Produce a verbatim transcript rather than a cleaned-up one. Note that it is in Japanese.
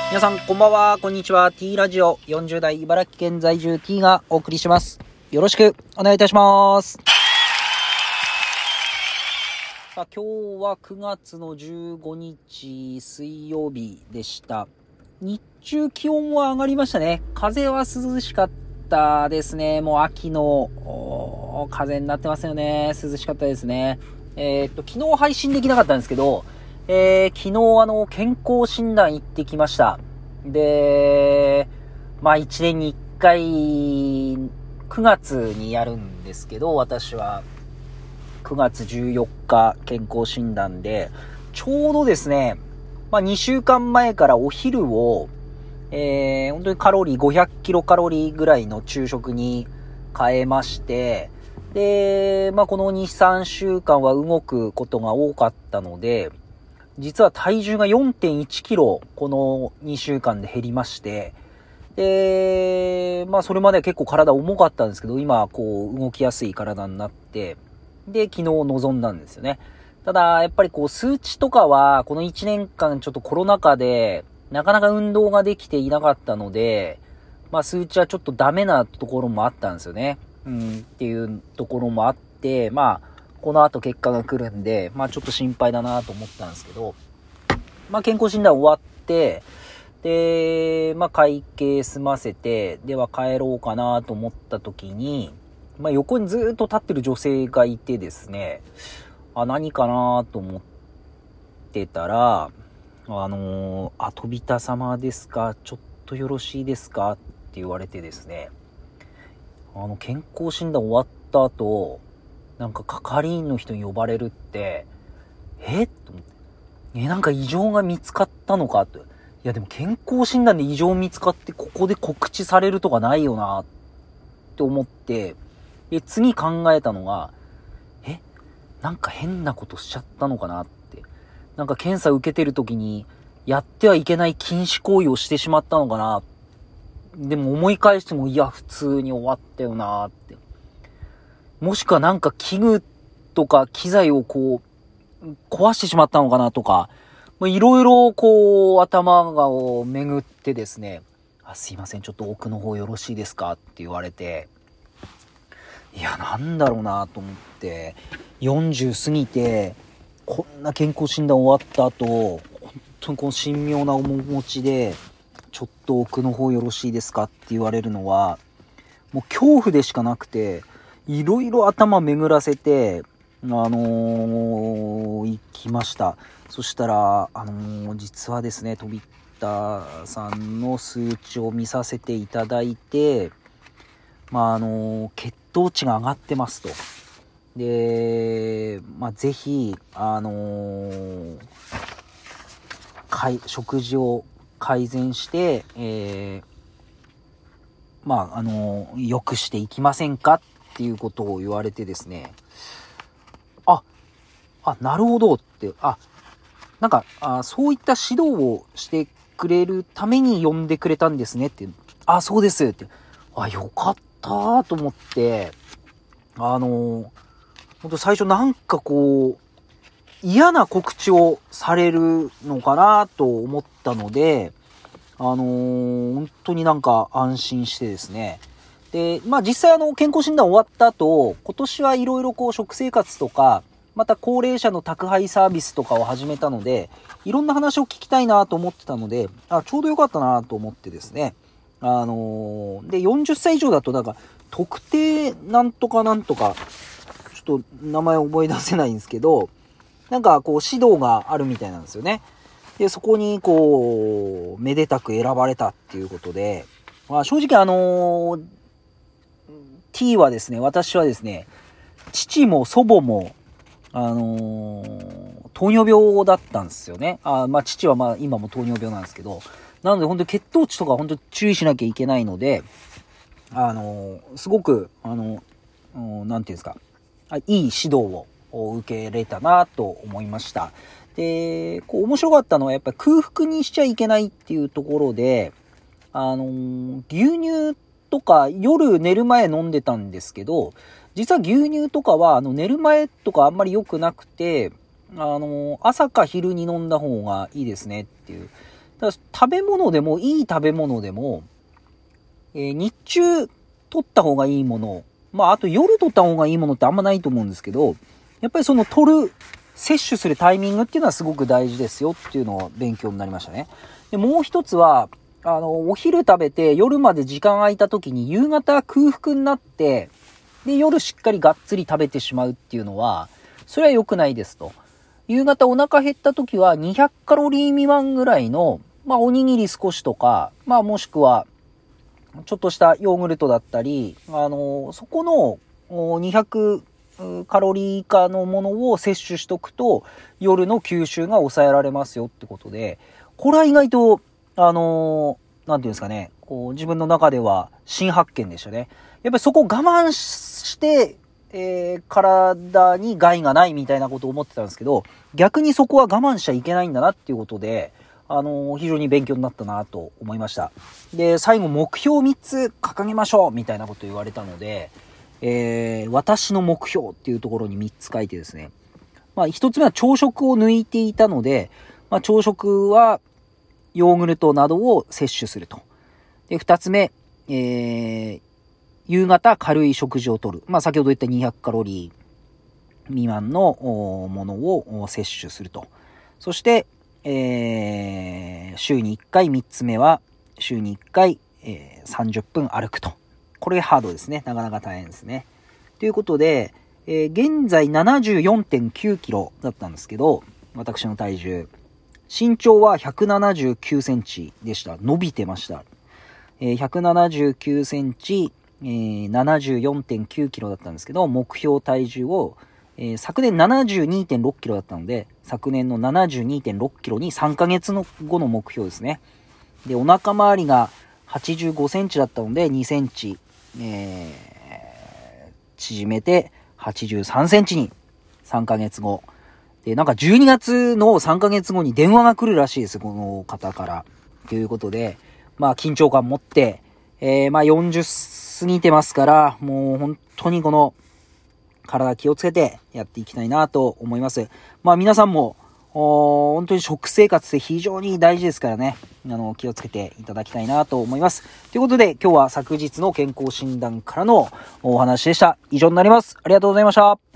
皆さんこんばんは、こんにちは。 T ラジオよんじゅう代茨城県在住 T がお送りします。よろしくお願いいたします。さあ、今日はくがつのじゅうごにち水曜日でした。日中気温は上がりましたね。風は涼しかったですね。もう秋の風になってますよね。涼しかったですね。えー、っと昨日配信できなかったんですけど、えー、昨日あの健康診断行ってきました。で、まあいちねんにいっかいくがつにやるんですけど、私はくがつじゅうよっか健康診断で、ちょうどですね、まあにしゅうかんまえからお昼を、えー、本当にカロリーごひゃくキロカロリーぐらいの昼食に変えまして、で、まあこのに、さんしゅうかんは動くことが多かったので、実は体重が よんてんいちキロこのにしゅうかんで減りまして、で、まあそれまでは結構体重かったんですけど、今はこう動きやすい体になって、で、昨日臨んだんですよね。ただ、やっぱりこう数値とかはこのいちねんかんちょっとコロナ禍でなかなか運動ができていなかったので、まあ数値はちょっとダメなところもあったんですよね。うん、っていうところもあって、まあ、この後結果が来るんで、まあちょっと心配だなと思ったんですけど、まあ健康診断終わって、で、まあ会計済ませて、では帰ろうかなと思った時に、まあ横にずっと立ってる女性がいてですね、あ、何かなと思ってたら、あのー、あ、飛田様ですか、ちょっとよろしいですかって言われてですね、あの健康診断終わった後、なんか係員の人に呼ばれるって、えと思って。え、なんか異常が見つかったのかと。いやでも健康診断で異常見つかってここで告知されるとかないよなって思って、で、次考えたのが、え、なんか変なことしちゃったのかなって。なんか検査受けてる時にやってはいけない禁止行為をしてしまったのかな。でも思い返しても、いや普通に終わったよなって。もしくはなんか器具とか機材をこう壊してしまったのかなとか、いろいろこう頭がを巡ってですね、あ、すいません、ちょっと奥の方よろしいですかって言われて、いやなんだろうなと思って、よんじゅう過ぎてこんな健康診断終わった後、本当にこの神妙な面持ちで、ちょっと奥の方よろしいですかって言われるのはもう恐怖でしかなくて、いろいろ頭巡らせて、あのー、行きました。そしたら、あのー、実はですね、飛田さんの数値を見させていただいて、まあ、あのー、血糖値が上がってますと。で、まあ、ぜひ、あのー、かい、食事を改善して、えー、まあ、あのー、良くしていきませんかっていうことを言われてですね、あ、あ、なるほどって、あ、なんか、あ、そういった指導をしてくれるために呼んでくれたんですねって、あ、そうですって、あ、よかったと思って、あのー、本当最初なんかこう、嫌な告知をされるのかなと思ったので、あのー、本当になんか安心してですね。で、まあ実際あの健康診断終わった後、今年はいろいろこう食生活とか、また高齢者の宅配サービスとかを始めたので、いろんな話を聞きたいなと思ってたので、あ、ちょうどよかったなと思ってですね。あのー、で、よんじゅっさい以上だとなんか、特定なんとかなんとか、ちょっと名前覚え出せないんですけど、なんかこう指導があるみたいなんですよね。で、そこにこう、めでたく選ばれたっていうことで、まあ正直あのー、T はですね、私はですね、父も祖母も、あのー、糖尿病だったんですよね。あ、まあ父はまあ今も糖尿病なんですけど、なので本当に血糖値とか本当に注意しなきゃいけないので、あのー、すごく、あのー、なんていうんですか、いい指導を受けれたなと思いました。で、こう面白かったのはやっぱり空腹にしちゃいけないっていうところで、あのー、牛乳とか夜寝る前飲んでたんですけど、実は牛乳とかはあの寝る前とかあんまり良くなくて、あのー、朝か昼に飲んだ方がいいですねっていう。 だから食べ物でも、いい食べ物でも、えー、日中取った方がいいもの、まああと夜取った方がいいものってあんまないと思うんですけど、やっぱりその取る、摂取するタイミングっていうのはすごく大事ですよっていうのを勉強になりましたね。で、もう一つは、あの、お昼食べて夜まで時間空いた時に夕方空腹になって、で、夜しっかりがっつり食べてしまうっていうのは、それは良くないですと。夕方お腹減った時はにひゃくカロリー未満ぐらいの、まあおにぎり少しとか、まあもしくは、ちょっとしたヨーグルトだったり、あの、そこのにひゃくカロリー以下のものを摂取しとくと、夜の吸収が抑えられますよってことで、これは意外と、あの、なんていうんですかね、こう自分の中では新発見でしたね。やっぱりそこを我慢して、えー、体に害がないみたいなことを思ってたんですけど、逆にそこは我慢しちゃいけないんだなっていうことで、あのー、非常に勉強になったなと思いました。で、最後目標みっつ掲げましょうみたいなこと言われたので、えー、私の目標っていうところにみっつ書いてですね、まあひとつめは朝食を抜いていたので、まあ朝食はヨーグルトなどを摂取すると。で、ふたつめ、えー、夕方軽い食事をとる。まあ先ほど言ったにひゃくカロリー未満のものを摂取すると。そして、えー、週にいっかいみっつめは、週にいっかい、えー、さんじゅっぷん歩くと。これハードですね。なかなか大変ですね。ということで、えー、現在 ななじゅうよんてんきゅうキロだったんですけど、私の体重。身長はひゃくななじゅうきゅうセンチでした。伸びてました。えー、ひゃくななじゅうきゅうセンチ、えー、ななじゅうよんてんきゅうキロだったんですけど、目標体重を、えー、昨年 ななじゅうにてんろっキロだったので、昨年の ななじゅうにてんろっキロにさんかげつの後の目標ですね。で、お腹周りがはちじゅうごセンチだったので、にセンチ、えー、縮めてはちじゅうさんセンチにさんかげつご。で、なんかじゅうにがつのさんかげつごに電話が来るらしいです、この方から。ということで、まあ緊張感持って、えー、まあよんじゅう過ぎてますから、もう本当にこの体気をつけてやっていきたいなと思います。まあ皆さんも、本当に食生活って非常に大事ですからね、あの気をつけていただきたいなと思います。ということで今日は昨日の健康診断からのお話でした。以上になります。ありがとうございました。